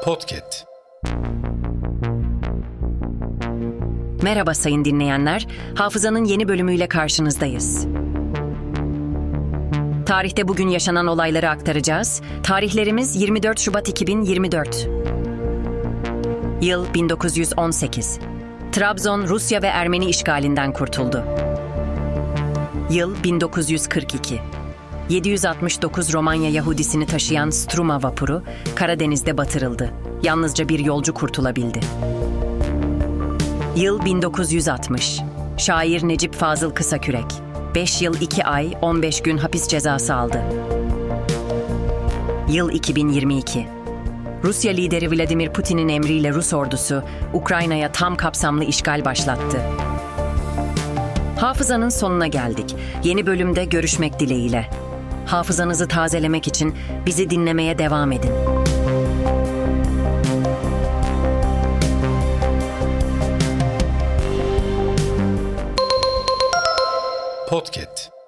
Podcast. Merhaba sayın dinleyenler, Hafızanın yeni bölümüyle karşınızdayız. Tarihte bugün yaşanan olayları aktaracağız. Tarihlerimiz 24 Şubat 2024. Yıl 1918. Trabzon, Rusya ve Ermeni işgalinden kurtuldu. Yıl 1942. 769 Romanya Yahudisini taşıyan Struma vapuru Karadeniz'de batırıldı. Yalnızca bir yolcu kurtulabildi. Yıl 1960. Şair Necip Fazıl Kısakürek 5 yıl 2 ay 15 gün hapis cezası aldı. Yıl 2022. Rusya lideri Vladimir Putin'in emriyle Rus ordusu Ukrayna'ya tam kapsamlı işgal başlattı. Hafızanın sonuna geldik. Yeni bölümde görüşmek dileğiyle. Hafızanızı tazelemek için bizi dinlemeye devam edin. Podcast.